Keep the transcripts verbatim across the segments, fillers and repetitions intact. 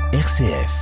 R C F.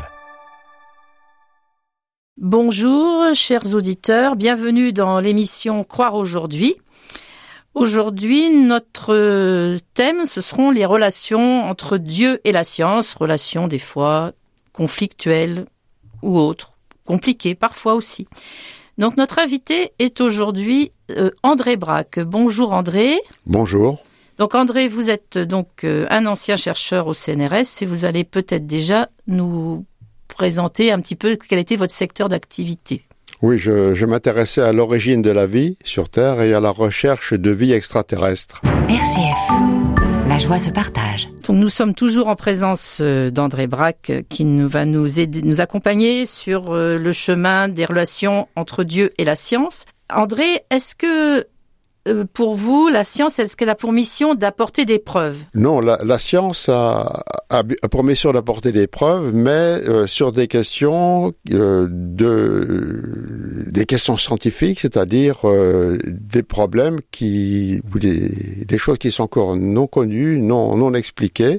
Bonjour, chers auditeurs, bienvenue dans l'émission Croire aujourd'hui. Aujourd'hui, notre thème, ce seront les relations entre Dieu et la science, relations des fois conflictuelles ou autres, compliquées parfois aussi. Donc notre invité est aujourd'hui euh, André Braque. Bonjour André. Bonjour. Donc André, vous êtes donc euh, un ancien chercheur au C N R S et vous allez peut-être déjà nous présenter un petit peu quel était votre secteur d'activité. Oui, je, je m'intéressais à l'origine de la vie sur Terre et à la recherche de vie extraterrestre. R C F, la joie se partage. Donc nous sommes toujours en présence d'André Braque qui nous va nous aider, nous accompagner sur le chemin des relations entre Dieu et la science. André, est-ce que pour vous, la science, est-ce qu'elle a pour mission d'apporter des preuves ? Non, la, la science a, a, a pour mission d'apporter des preuves, mais euh, sur des questions euh, de des questions scientifiques, c'est-à-dire euh, des problèmes qui ou des, des choses qui sont encore non connues, non non expliquées.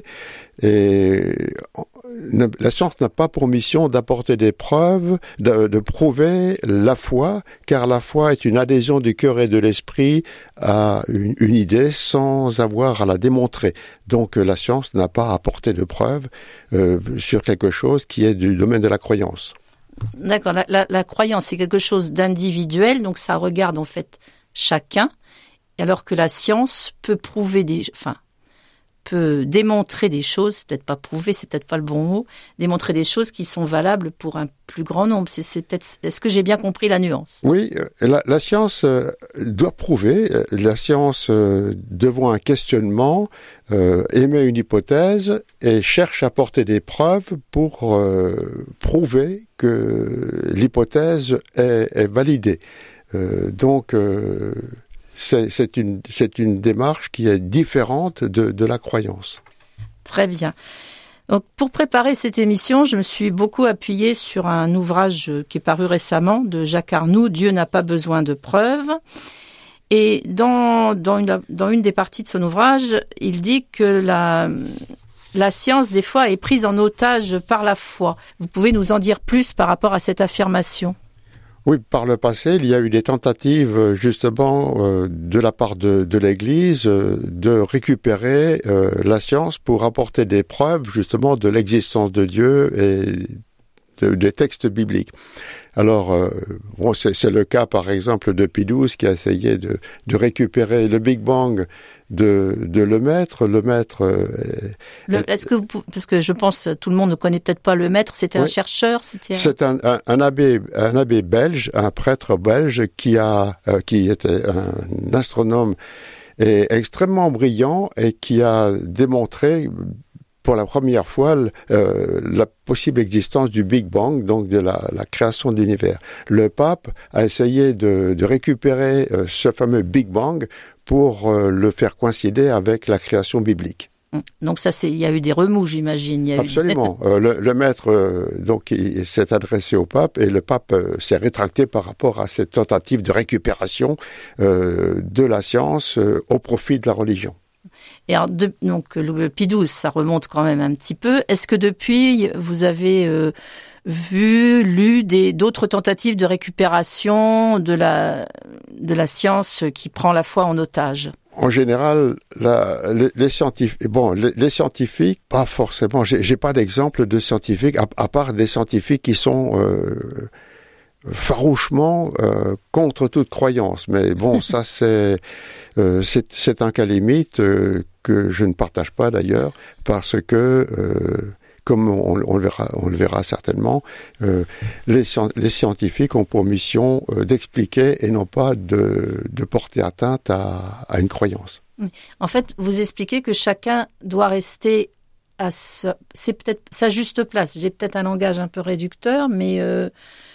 Et la science n'a pas pour mission d'apporter des preuves, de, de prouver la foi, car la foi est une adhésion du cœur et de l'esprit à une, une idée sans avoir à la démontrer. Donc la science n'a pas à apporter de preuves euh, sur quelque chose qui est du domaine de la croyance. D'accord, la, la, la croyance c'est quelque chose d'individuel, donc ça regarde en fait chacun, alors que la science peut prouver des... Enfin, peut démontrer des choses, peut-être pas prouver, c'est peut-être pas le bon mot, démontrer des choses qui sont valables pour un plus grand nombre. C'est, c'est peut-être, est-ce que j'ai bien compris la nuance ? Oui, la, la science euh, doit prouver. La science, euh, devant un questionnement, euh, émet une hypothèse et cherche à apporter des preuves pour euh, prouver que l'hypothèse est, est validée. Euh, donc, euh, C'est, c'est, une, c'est une démarche qui est différente de, de la croyance. Très bien. Donc, pour préparer cette émission, je me suis beaucoup appuyée sur un ouvrage qui est paru récemment de Jacques Arnoux, « Dieu n'a pas besoin de preuves ». Et dans, dans, une, dans une des parties de son ouvrage, il dit que la, la science, des fois, est prise en otage par la foi. Vous pouvez nous en dire plus par rapport à cette affirmation ? Oui, par le passé, il y a eu des tentatives justement euh, de la part de, de l'Église euh, de récupérer euh, la science pour apporter des preuves justement de l'existence de Dieu et de, des textes bibliques. Alors, euh, bon, c'est, c'est le cas par exemple de Pie douze qui a essayé de, de récupérer le Big Bang de, de Lemaître. Lemaître. Euh, le, est-ce que vous, parce que je pense tout le monde ne connaît peut-être pas Lemaître. C'était oui. un chercheur. C'était. C'est un, un, un abbé, un abbé belge, un prêtre belge qui a, euh, qui était un astronome et extrêmement brillant et qui a démontré pour la première fois euh, la possible existence du Big Bang, donc de la, la création de l'univers. Le pape a essayé de, de récupérer euh, ce fameux Big Bang pour euh, le faire coïncider avec la création biblique. Donc ça, c'est, il y a eu des remous, j'imagine. Il y a Absolument. Eu... euh, le, le maître euh, donc il, il s'est adressé au pape et le pape euh, s'est rétracté par rapport à cette tentative de récupération euh, de la science euh, au profit de la religion. Et alors, de, donc, le Pie douze, ça remonte quand même un petit peu. Est-ce que depuis, vous avez euh, vu, lu des, d'autres tentatives de récupération de la, de la science qui prend la foi en otage ? En général, la, les, les scientifiques, bon, les, les scientifiques, pas forcément. J'ai, j'ai pas d'exemple de scientifiques, à, à part des scientifiques qui sont euh, farouchement euh, contre toute croyance. Mais bon, ça c'est euh, c'est, c'est un cas limite euh, que je ne partage pas d'ailleurs, parce que euh, comme on, on le verra, on le verra certainement, euh, les, les scientifiques ont pour mission euh, d'expliquer et non pas de, de porter atteinte à, à une croyance. En fait, vous expliquez que chacun doit rester à sa, c'est peut-être sa juste place. J'ai peut-être un langage un peu réducteur, mais euh,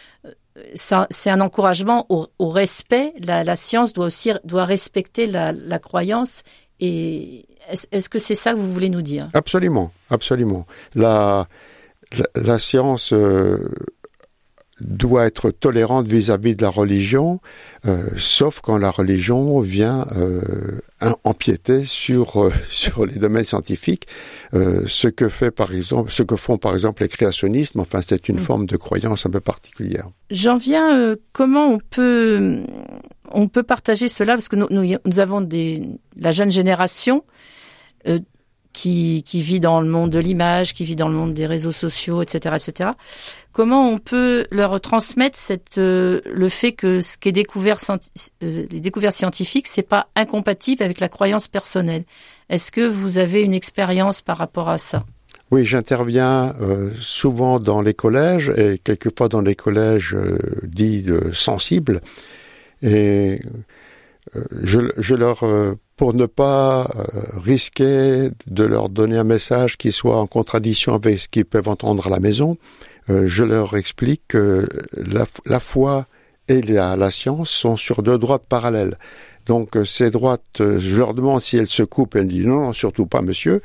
ça, c'est un encouragement au, au respect. La, la science doit aussi doit respecter la, la croyance. Et est-ce, est-ce que c'est ça que vous voulez nous dire ? Absolument, absolument. La, la, la science euh, doit être tolérante vis-à-vis de la religion, euh, sauf quand la religion vient euh, empiéter sur euh, sur les domaines scientifiques. Euh, ce que fait par exemple, ce que font par exemple les créationnistes, enfin c'est une mmh. forme de croyance un peu particulière. J'en viens. Euh, comment on peut on peut partager cela, parce que nous nous, nous avons des la jeune génération. Euh, qui qui vit dans le monde de l'image, qui vit dans le monde des réseaux sociaux, et cetera, et cetera. Comment on peut leur transmettre cette euh, le fait que ce qui est découvert euh, les découvertes scientifiques, c'est pas incompatible avec la croyance personnelle. Est-ce que vous avez une expérience par rapport à ça? Oui, j'interviens euh, souvent dans les collèges et quelquefois dans les collèges euh, dits euh, sensibles, et euh, je, je leur euh, pour ne pas euh, risquer de leur donner un message qui soit en contradiction avec ce qu'ils peuvent entendre à la maison, euh, je leur explique que la, la foi et la, la science sont sur deux droites parallèles. Donc euh, ces droites, euh, je leur demande si elles se coupent, elles disent non, non, surtout pas monsieur.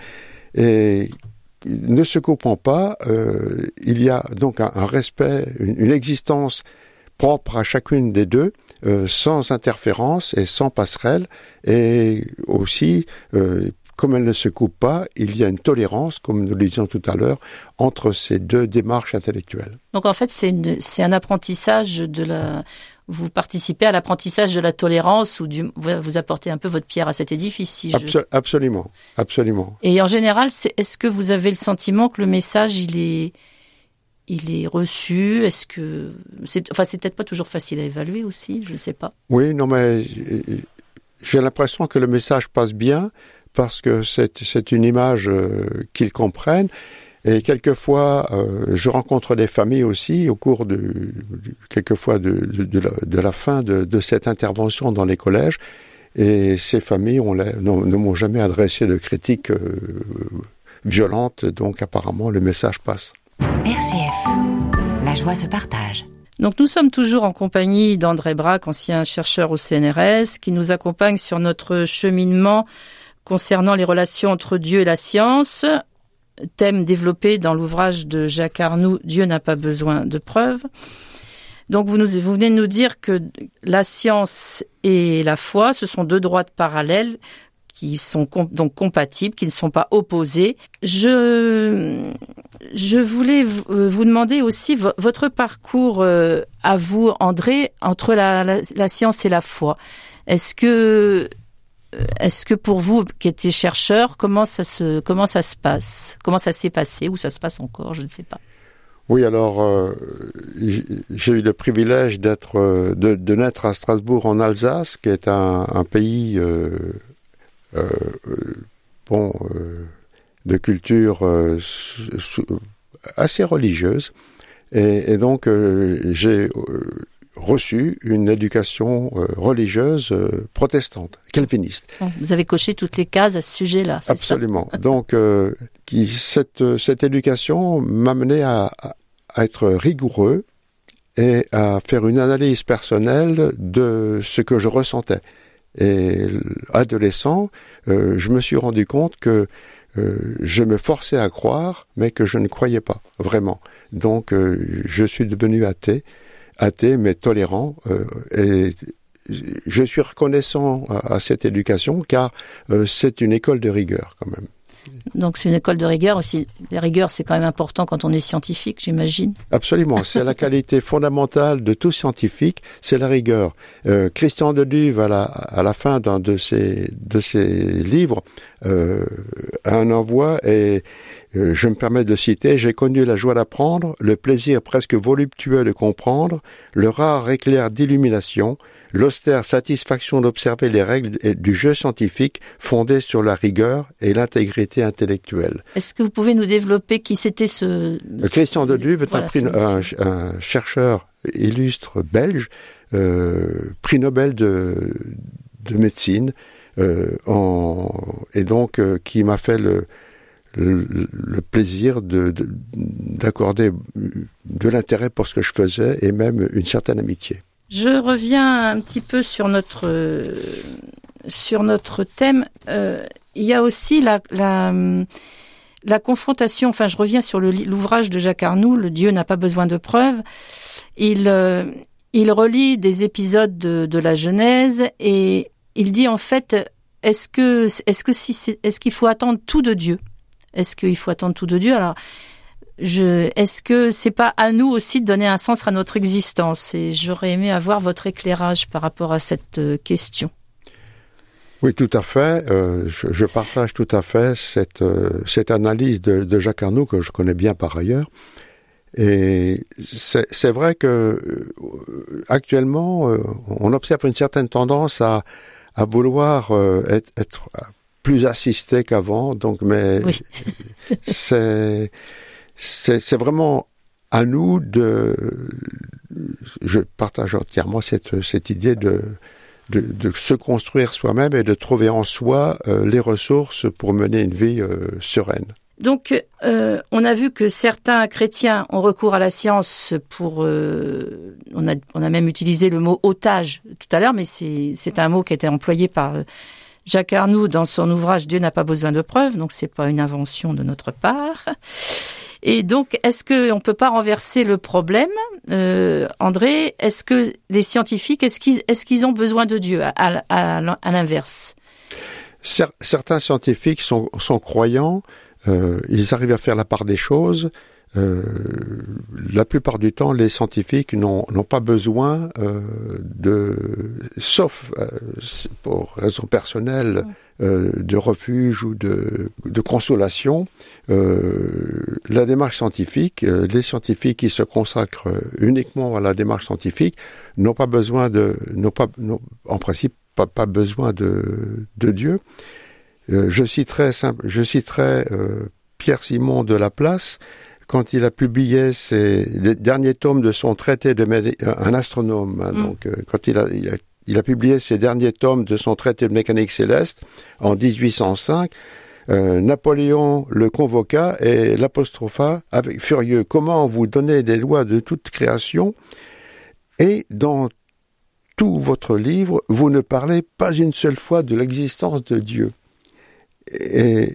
Et ne se coupant pas, euh, il y a donc un, un respect, une, une existence propre à chacune des deux, euh, sans interférence et sans passerelle, et aussi, euh, comme elles ne se coupent pas, il y a une tolérance, comme nous le disions tout à l'heure, entre ces deux démarches intellectuelles. Donc en fait, c'est, une, c'est un apprentissage de la... Vous participez à l'apprentissage de la tolérance, ou du... vous apportez un peu votre pierre à cet édifice, si Absol- je... Absolument, absolument. Et en général, c'est... est-ce que vous avez le sentiment que le message, il est... il est reçu? Est-ce que c'est, enfin, c'est peut-être pas toujours facile à évaluer aussi, je ne sais pas. Oui, non, mais j'ai l'impression que le message passe bien parce que c'est, c'est une image euh, qu'ils comprennent. Et quelquefois, euh, je rencontre des familles aussi au cours de, de quelquefois de, de, de, la, de la fin de, de cette intervention dans les collèges. Et ces familles on les, non, ne m'ont jamais adressé de critiques euh, violentes. Donc apparemment, le message passe. R C F, la joie se partage. Donc nous sommes toujours en compagnie d'André Braque, ancien chercheur au C N R S, qui nous accompagne sur notre cheminement concernant les relations entre Dieu et la science, thème développé dans l'ouvrage de Jacques Arnoux, Dieu n'a pas besoin de preuves. Donc vous, nous, vous venez de nous dire que la science et la foi, ce sont deux droites parallèles qui sont com- donc compatibles, qui ne sont pas opposés. Je, je voulais v- vous demander aussi v- votre parcours euh, à vous, André, entre la, la, la science et la foi. Est-ce que, est-ce que pour vous, qui étiez chercheur, comment ça se, comment ça se passe? Comment ça s'est passé? Ou ça se passe encore? Je ne sais pas. Oui, alors euh, j'ai eu le privilège d'être, euh, de, de naître à Strasbourg en Alsace, qui est un, un pays euh, Euh, bon, euh, de culture euh, sou, sou, assez religieuse, et, et donc euh, j'ai euh, reçu une éducation euh, religieuse euh, protestante, calviniste. Bon, vous avez coché toutes les cases à ce sujet-là, c'est Absolument. ça? Donc, euh, qui, cette, cette éducation m'amenait à, à être rigoureux et à faire une analyse personnelle de ce que je ressentais. Et adolescent, euh, je me suis rendu compte que euh, je me forçais à croire, mais que je ne croyais pas, vraiment. Donc, euh, je suis devenu athée, athée mais tolérant, euh, et je suis reconnaissant à, à cette éducation, car euh, c'est une école de rigueur, quand même. Donc c'est une école de rigueur aussi. La rigueur, c'est quand même important quand on est scientifique, j'imagine. Absolument, c'est la qualité fondamentale de tout scientifique, c'est la rigueur. Euh, Christian de Duve, à la, à la fin d'un de ses, de ses livres, euh, a un envoi, et euh, je me permets de citer: « J'ai connu la joie d'apprendre, le plaisir presque voluptueux de comprendre, le rare éclair d'illumination, l'austère satisfaction d'observer les règles du jeu scientifique fondées sur la rigueur et l'intégrité intellectuelle. » Est-ce que vous pouvez nous développer qui c'était ce... Christian de Duve est voilà, un, prix, un, un chercheur illustre belge, euh, prix Nobel de, de médecine, euh, en, et donc euh, qui m'a fait le, le, le plaisir de, de, d'accorder de l'intérêt pour ce que je faisais et même une certaine amitié. Je reviens un petit peu sur notre euh, sur notre thème. Euh, il y a aussi la, la la confrontation. Enfin, je reviens sur le, l'ouvrage de Jacques Arnoux, Le Dieu n'a pas besoin de preuves. il, euh, il relit des épisodes de, de la Genèse et il dit en fait, est-ce que, est-ce que si c'est, est-ce qu'il faut attendre tout de Dieu? Est-ce qu'il faut attendre tout de Dieu? Alors, je, est-ce que c'est pas à nous aussi de donner un sens à notre existence? Et j'aurais aimé avoir votre éclairage par rapport à cette question. Oui, tout à fait. Euh, je, je partage tout à fait cette, euh, cette analyse de, de Jacques Arnoux que je connais bien par ailleurs. Et c'est, c'est vrai que euh, actuellement, euh, on observe une certaine tendance à, à vouloir euh, être, être plus assisté qu'avant. Donc, mais oui. c'est, c'est, c'est vraiment à nous de. Je partage entièrement cette, cette idée de. De, de se construire soi-même et de trouver en soi euh, les ressources pour mener une vie euh, sereine. Donc, euh, on a vu que certains chrétiens ont recours à la science pour... Euh, on, a, on a même utilisé le mot « otage » tout à l'heure, mais c'est, c'est un mot qui a été employé par euh, Jacques Arnoux dans son ouvrage « Dieu n'a pas besoin de preuves », donc c'est pas une invention de notre part. Et donc, est-ce qu'on ne peut pas renverser le problème, euh, André? Est-ce que les scientifiques, est-ce qu'ils, est-ce qu'ils ont besoin de Dieu, à, à, à l'inverse? Certains scientifiques sont, sont croyants, euh, ils arrivent à faire la part des choses. Euh, la plupart du temps, les scientifiques n'ont, n'ont pas besoin euh, de, sauf euh, pour raisons personnelles, euh, de refuge ou de, de consolation. Euh, la démarche scientifique, euh, les scientifiques qui se consacrent uniquement à la démarche scientifique n'ont pas besoin de, n'ont pas, n'ont, en principe, pas, pas besoin de, de Dieu. Euh, je citerai, simple, je citerai euh, Pierre-Simon de Laplace. Quand il a publié ses, les derniers tomes de son traité de médi- un astronome, hein, mmh. donc euh, quand il a, il a il a publié ses derniers tomes de son traité de mécanique céleste en dix-huit cent cinq, euh, Napoléon le convoqua et l'apostropha avec furieux. Comment vous donnez des lois de toute création et dans tout votre livre, vous ne parlez pas une seule fois de l'existence de Dieu. Et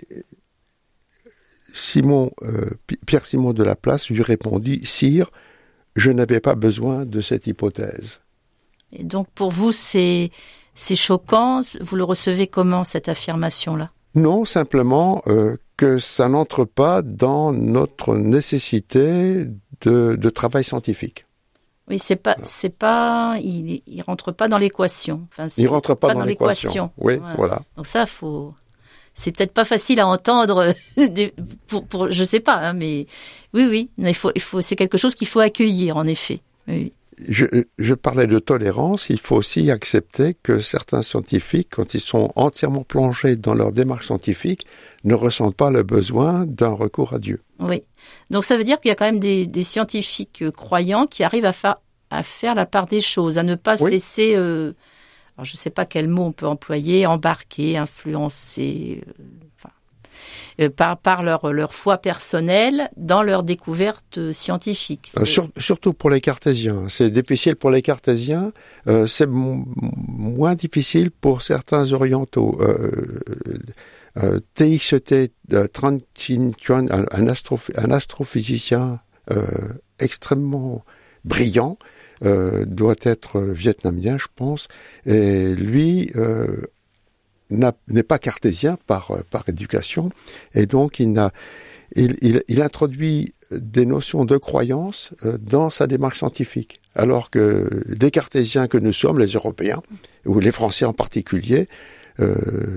Simon, euh, Pierre-Simon de Laplace lui répondit, « Sire, je n'avais pas besoin de cette hypothèse. » Et donc pour vous, c'est, c'est choquant, vous le recevez comment, cette affirmation-là? Non, simplement euh, que ça n'entre pas dans notre nécessité de, de travail scientifique. Oui, c'est pas, c'est pas, il, il rentre pas dans l'équation. Enfin, il rentre pas, pas dans, dans l'équation. l'équation. Oui, voilà. voilà. Donc ça, faut... C'est peut-être pas facile à entendre, pour, pour, je sais pas, hein, mais oui, oui, il faut, il faut, c'est quelque chose qu'il faut accueillir, en effet. Oui. Je, je parlais de tolérance, il faut aussi accepter que certains scientifiques, quand ils sont entièrement plongés dans leur démarche scientifique, ne ressentent pas le besoin d'un recours à Dieu. Oui, donc ça veut dire qu'il y a quand même des, des scientifiques croyants qui arrivent à, fa- à faire la part des choses, à ne pas oui. se laisser... Euh, alors je ne sais pas quel mot on peut employer, embarquer, influencer, euh, enfin, euh, par, par leur, leur foi personnelle dans leur découverte scientifique. Euh, sur, surtout pour les cartésiens. C'est difficile pour les cartésiens, euh, c'est m- moins difficile pour certains orientaux. Euh, euh, T X T euh, Trantinian, un, un, astroph- un astrophysicien euh, extrêmement brillant, Euh, doit être vietnamien, je pense, et lui euh, n'a, n'est pas cartésien par par éducation, et donc il n'a, il, il, il introduit des notions de croyance euh, dans sa démarche scientifique, alors que les cartésiens que nous sommes, les Européens ou les Français en particulier, euh,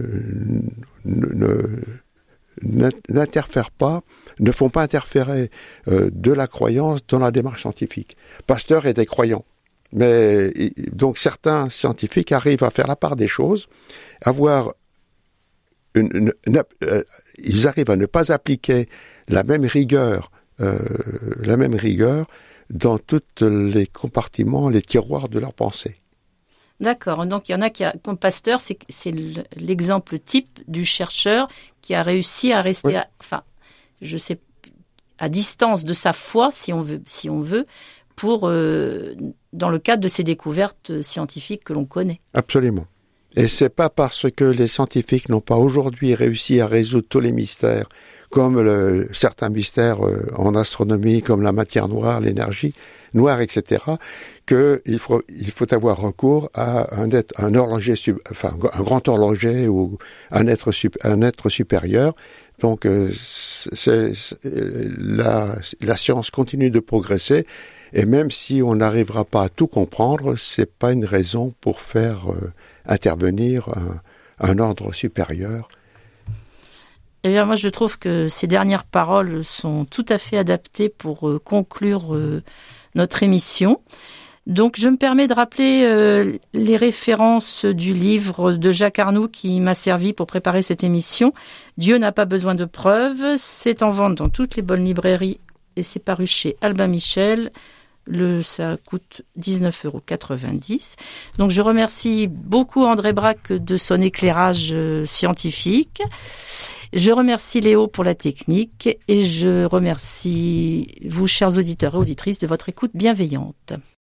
ne, ne, n'interfèrent pas, ne font pas interférer euh, de la croyance dans la démarche scientifique. Pasteur était croyant, mais donc certains scientifiques arrivent à faire la part des choses, avoir une, une, une euh, ils arrivent à ne pas appliquer la même rigueur, euh, la même rigueur dans tous les compartiments, les tiroirs de leur pensée. D'accord. Donc, il y en a qui, a, comme Pasteur, c'est, c'est l'exemple type du chercheur qui a réussi à rester, oui. à, enfin, je sais, à distance de sa foi, si on veut, si on veut, pour, euh, dans le cadre de ces découvertes scientifiques que l'on connaît. Absolument. Et c'est pas parce que les scientifiques n'ont pas aujourd'hui réussi à résoudre tous les mystères comme le, certains mystères euh, en astronomie, comme la matière noire, l'énergie noire, et cetera, que il faut il faut avoir recours à un être, un horloger, enfin un grand horloger ou un être un être supérieur. Donc euh, c'est, c'est, la la science continue de progresser, et même si on n'arrivera pas à tout comprendre, c'est pas une raison pour faire euh, intervenir un, un ordre supérieur. Eh bien, moi, je trouve que ces dernières paroles sont tout à fait adaptées pour euh, conclure euh, notre émission. Donc, je me permets de rappeler euh, les références du livre de Jacques Arnoux qui m'a servi pour préparer cette émission. Dieu n'a pas besoin de preuves. C'est en vente dans toutes les bonnes librairies et c'est paru chez Albin Michel. Le, ça coûte dix-neuf euros quatre-vingt-dix. Donc, je remercie beaucoup André Braque de son éclairage euh, scientifique. Je remercie Léo pour la technique et je remercie vous, chers auditeurs et auditrices, de votre écoute bienveillante.